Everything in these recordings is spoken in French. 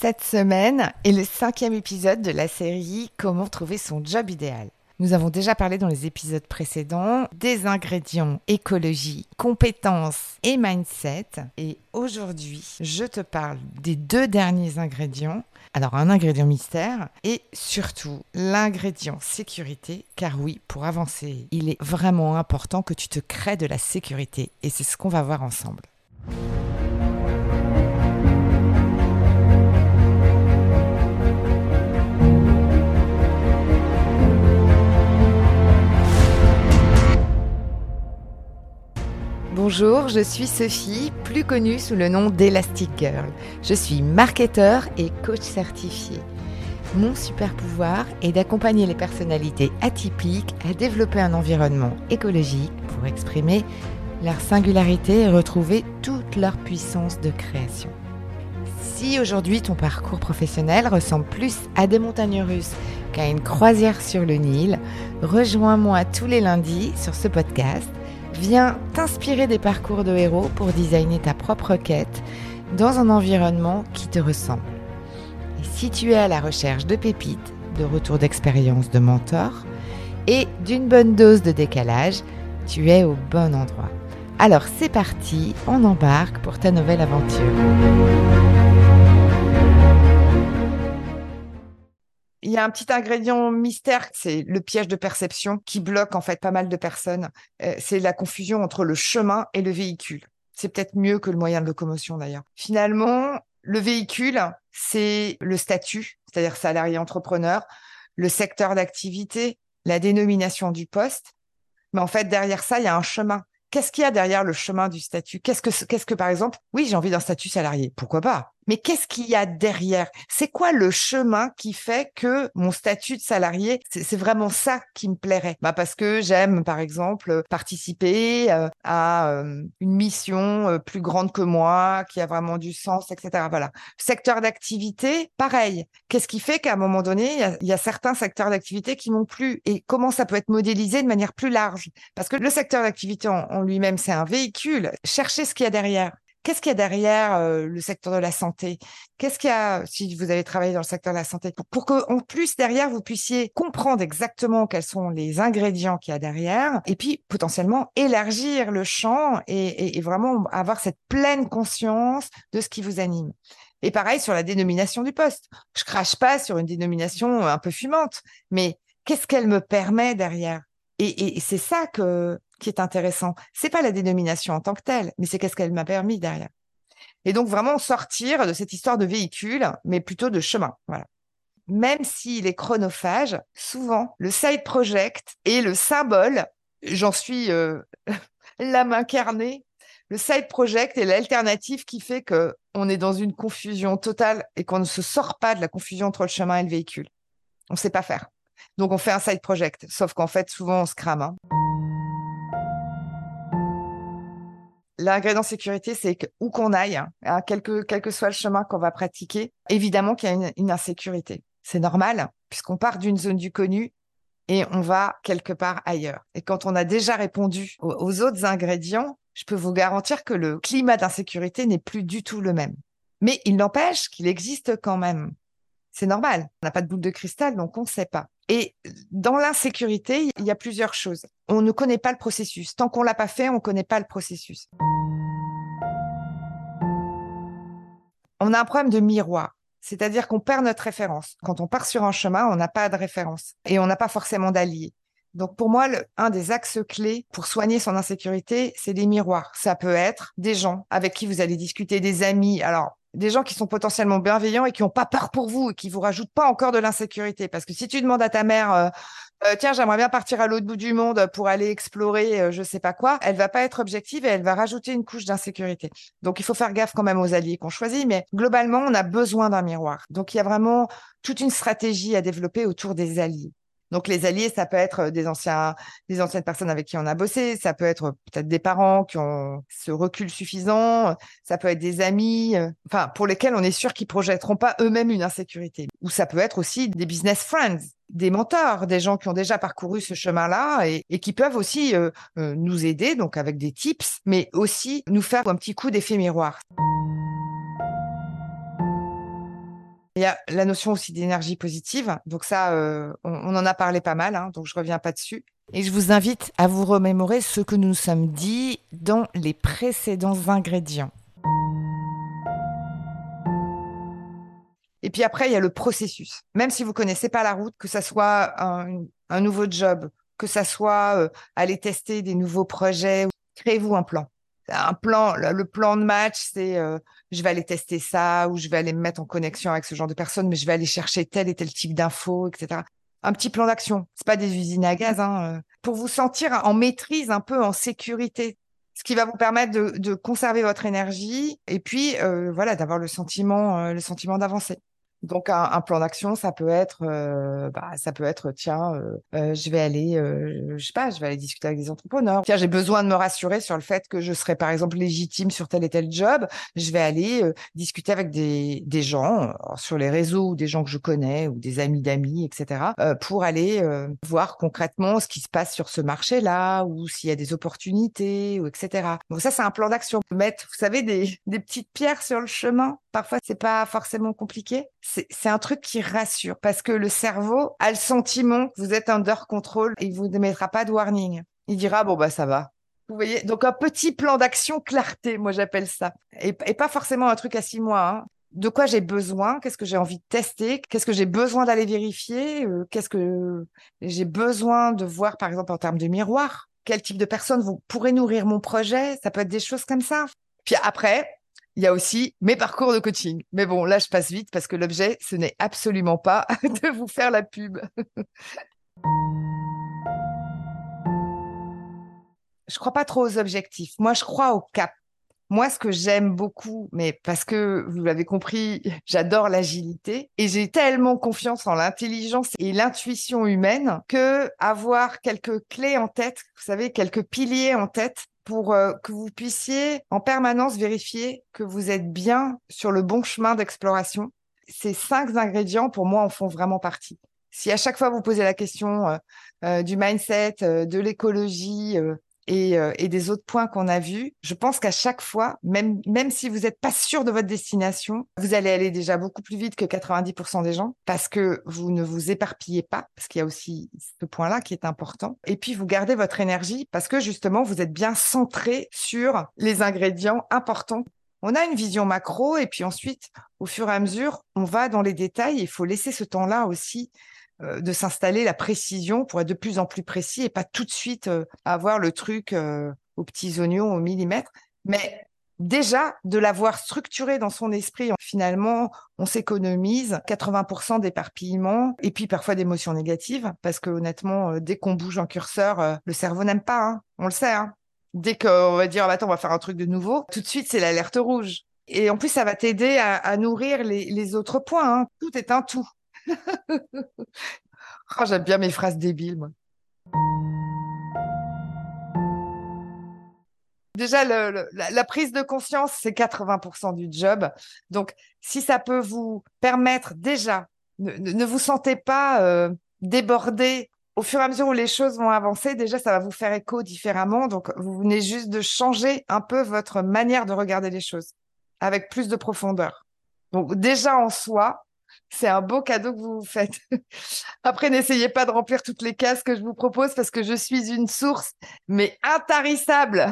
Cette semaine est le 5e épisode de la série Comment trouver son job idéal. Nous avons déjà parlé dans les épisodes précédents des ingrédients écologie, compétences et mindset. Et aujourd'hui, je te parle des 2 derniers ingrédients. Alors, un ingrédient mystère et surtout l'ingrédient sécurité. Car oui, pour avancer, il est vraiment important que tu te crées de la sécurité. Et c'est ce qu'on va voir ensemble. Bonjour, je suis Sophie, plus connue sous le nom d'Elastic Girl. Je suis marketeur et coach certifié. Mon super pouvoir est d'accompagner les personnalités atypiques à développer un environnement écologique pour exprimer leur singularité et retrouver toute leur puissance de création. Si aujourd'hui ton parcours professionnel ressemble plus à des montagnes russes qu'à une croisière sur le Nil, rejoins-moi tous les lundis sur ce podcast. Viens t'inspirer des parcours de héros pour designer ta propre quête dans un environnement qui te ressemble. Et si tu es à la recherche de pépites, de retours d'expérience de mentors et d'une bonne dose de décalage, tu es au bon endroit. Alors c'est parti, on embarque pour ta nouvelle aventure. Il y a un petit ingrédient mystère, c'est le piège de perception qui bloque en fait pas mal de personnes. C'est la confusion entre le chemin et le véhicule. C'est peut-être mieux que le moyen de locomotion d'ailleurs. Finalement, le véhicule, c'est le statut, c'est-à-dire salarié entrepreneur, le secteur d'activité, la dénomination du poste. Mais en fait, derrière ça, il y a un chemin. Qu'est-ce qu'il y a derrière le chemin du statut ? Qu'est-ce que, par exemple, oui, j'ai envie d'un statut salarié. Pourquoi pas ? Mais qu'est-ce qu'il y a derrière ? C'est quoi le chemin qui fait que mon statut de salarié, c'est vraiment ça qui me plairait ? Parce que j'aime, par exemple, participer à une mission plus grande que moi, qui a vraiment du sens, etc. Voilà. Secteur d'activité, pareil. Qu'est-ce qui fait qu'à un moment donné, il y a certains secteurs d'activité qui m'ont plu ? Et comment ça peut être modélisé de manière plus large ? Parce que le secteur d'activité en lui-même, c'est un véhicule. Cherchez ce qu'il y a derrière. Qu'est-ce qu'il y a derrière le secteur de la santé ? Qu'est-ce qu'il y a, si vous avez travaillé dans le secteur de la santé, pour que, en plus, derrière, vous puissiez comprendre exactement quels sont les ingrédients qu'il y a derrière, et puis, potentiellement, élargir le champ et vraiment avoir cette pleine conscience de ce qui vous anime. Et pareil sur la dénomination du poste. Je crache pas sur une dénomination un peu fumante, mais qu'est-ce qu'elle me permet derrière ? Et c'est ça qui est intéressant. C'est pas la dénomination en tant que telle, mais c'est qu'est-ce qu'elle m'a permis derrière. Et donc vraiment sortir de cette histoire de véhicule, mais plutôt de chemin. Voilà. Même s'il est chronophage, souvent le side project est le symbole. J'en suis l'âme incarnée. Le side project est l'alternative qui fait que on est dans une confusion totale et qu'on ne se sort pas de la confusion entre le chemin et le véhicule. On ne sait pas faire. Donc, on fait un side project. Sauf qu'en fait, souvent, on se crame. L'ingrédient sécurité, c'est que, où qu'on aille, quel que soit le chemin qu'on va pratiquer, évidemment qu'il y a une insécurité. C'est normal, puisqu'on part d'une zone du connu et on va quelque part ailleurs. Et quand on a déjà répondu aux autres ingrédients, je peux vous garantir que le climat d'insécurité n'est plus du tout le même. Mais il n'empêche qu'il existe quand même. C'est normal. On n'a pas de boule de cristal, donc on ne sait pas. Et dans l'insécurité, il y a plusieurs choses. On ne connaît pas le processus. Tant qu'on l'a pas fait, on ne connaît pas le processus. On a un problème de miroir. C'est-à-dire qu'on perd notre référence. Quand on part sur un chemin, on n'a pas de référence. Et on n'a pas forcément d'alliés. Donc pour moi, un des axes clés pour soigner son insécurité, c'est des miroirs. Ça peut être des gens avec qui vous allez discuter, des amis. Alors, des gens qui sont potentiellement bienveillants et qui n'ont pas peur pour vous et qui vous rajoutent pas encore de l'insécurité. Parce que si tu demandes à ta mère, tiens, j'aimerais bien partir à l'autre bout du monde pour aller explorer, je sais pas quoi, elle va pas être objective et elle va rajouter une couche d'insécurité. Donc, il faut faire gaffe quand même aux alliés qu'on choisit, mais globalement, on a besoin d'un miroir. Donc, il y a vraiment toute une stratégie à développer autour des alliés. Donc, les alliés, ça peut être des anciennes personnes avec qui on a bossé, ça peut être peut-être des parents qui ont ce recul suffisant, ça peut être des amis, enfin, pour lesquels on est sûr qu'ils projetteront pas eux-mêmes une insécurité. Ou ça peut être aussi des business friends, des mentors, des gens qui ont déjà parcouru ce chemin-là et qui peuvent aussi nous aider, donc avec des tips, mais aussi nous faire un petit coup d'effet miroir. Il y a la notion aussi d'énergie positive. Donc ça, on en a parlé pas mal, hein, donc je reviens pas dessus. Et je vous invite à vous remémorer ce que nous nous sommes dit dans les précédents ingrédients. Et puis après, il y a le processus. Même si vous connaissez pas la route, que ça soit un nouveau job, que ça soit aller tester des nouveaux projets, créez-vous un plan. Un plan, le plan de match, c'est je vais aller tester ça ou je vais aller me mettre en connexion avec ce genre de personnes, mais je vais aller chercher tel et tel type d'infos, etc. Un petit plan d'action. C'est pas des usines à gaz, hein, pour vous sentir en maîtrise, un peu en sécurité. Ce qui va vous permettre de conserver votre énergie et puis voilà, d'avoir le sentiment d'avancer. Donc un plan d'action, ça peut être tiens, je vais aller, je sais pas, je vais aller discuter avec des entrepreneurs. Tiens, j'ai besoin de me rassurer sur le fait que je serai par exemple légitime sur tel et tel job. Je vais aller discuter avec des gens sur les réseaux ou des gens que je connais ou des amis d'amis, etc. Pour aller voir concrètement ce qui se passe sur ce marché-là ou s'il y a des opportunités ou etc. Donc ça, c'est un plan d'action. Mettre, vous savez, des petites pierres sur le chemin. Parfois, c'est pas forcément compliqué. C'est un truc qui rassure parce que le cerveau a le sentiment que vous êtes under control et il vous ne mettra pas de warning. Il dira, bon, bah, ça va. Vous voyez? Donc, un petit plan d'action clarté, moi, j'appelle ça. Et pas forcément un truc à 6 mois, hein. De quoi j'ai besoin? Qu'est-ce que j'ai envie de tester? Qu'est-ce que j'ai besoin d'aller vérifier? Qu'est-ce que j'ai besoin de voir, par exemple, en termes de miroir? Quel type de personne vous pourrez nourrir mon projet? Ça peut être des choses comme ça. Puis après, il y a aussi mes parcours de coaching. Mais bon, là, je passe vite parce que l'objet, ce n'est absolument pas de vous faire la pub. Je crois pas trop aux objectifs. Moi, je crois au cap. Moi, ce que j'aime beaucoup, mais parce que vous l'avez compris, j'adore l'agilité et j'ai tellement confiance en l'intelligence et l'intuition humaine que avoir quelques clés en tête, vous savez, quelques piliers en tête pour que vous puissiez en permanence vérifier que vous êtes bien sur le bon chemin d'exploration. Ces 5 ingrédients, pour moi, en font vraiment partie. Si à chaque fois vous posez la question du mindset, de l'écologie, et des autres points qu'on a vus, je pense qu'à chaque fois, même si vous n'êtes pas sûr de votre destination, vous allez aller déjà beaucoup plus vite que 90% des gens parce que vous ne vous éparpillez pas, parce qu'il y a aussi ce point-là qui est important. Et puis, vous gardez votre énergie parce que justement, vous êtes bien centré sur les ingrédients importants. On a une vision macro et puis ensuite, au fur et à mesure, on va dans les détails. Il faut laisser ce temps-là aussi de s'installer la précision pour être de plus en plus précis et pas tout de suite avoir le truc aux petits oignons au millimètre. Mais déjà, de l'avoir structuré dans son esprit, finalement, on s'économise 80% d'éparpillement et puis parfois d'émotions négatives parce que honnêtement, dès qu'on bouge un curseur, le cerveau n'aime pas, hein, on le sait. Hein. Dès qu'on va dire, attends, on va faire un truc de nouveau, tout de suite, c'est l'alerte rouge. Et en plus, ça va t'aider à nourrir les autres points. Hein. Tout est un tout. Oh, j'aime bien mes phrases débiles, moi. Déjà, la prise de conscience, c'est 80% du job. Donc, si ça peut vous permettre déjà, ne vous sentez pas débordé. Au fur et à mesure où les choses vont avancer, déjà, ça va vous faire écho différemment. Donc, vous venez juste de changer un peu votre manière de regarder les choses avec plus de profondeur. Donc, déjà en soi, c'est un beau cadeau que vous vous faites. Après, n'essayez pas de remplir toutes les cases que je vous propose parce que je suis une source, mais intarissable.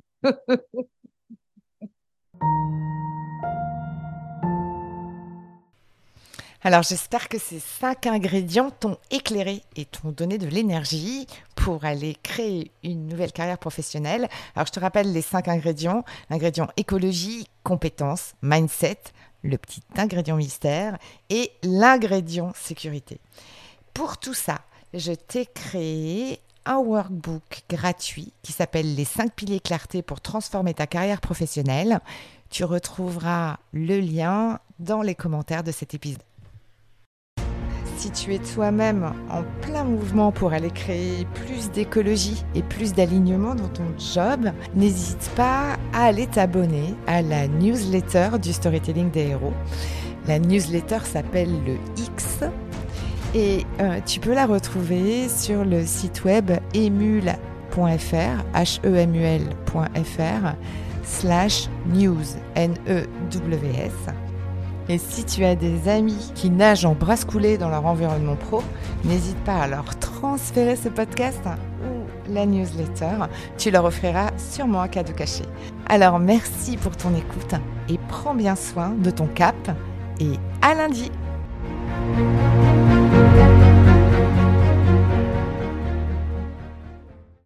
Alors, j'espère que ces 5 ingrédients t'ont éclairé et t'ont donné de l'énergie pour aller créer une nouvelle carrière professionnelle. Alors, je te rappelle les 5 ingrédients. L'ingrédient écologie, compétences, mindset, le petit ingrédient mystère et l'ingrédient sécurité. Pour tout ça, je t'ai créé un workbook gratuit qui s'appelle les 5 piliers clarté pour transformer ta carrière professionnelle. Tu retrouveras le lien dans les commentaires de cet épisode. Si tu es toi-même en plein mouvement pour aller créer plus d'écologie et plus d'alignement dans ton job, n'hésite pas à aller t'abonner à la newsletter du Storytelling des héros. La newsletter s'appelle le X et tu peux la retrouver sur le site web emul.fr, hemul.fr/news, NEWS. Et si tu as des amis qui nagent en brasse coulée dans leur environnement pro, n'hésite pas à leur transférer ce podcast ou la newsletter. Tu leur offriras sûrement un cadeau caché. Alors merci pour ton écoute et prends bien soin de ton cap et à lundi.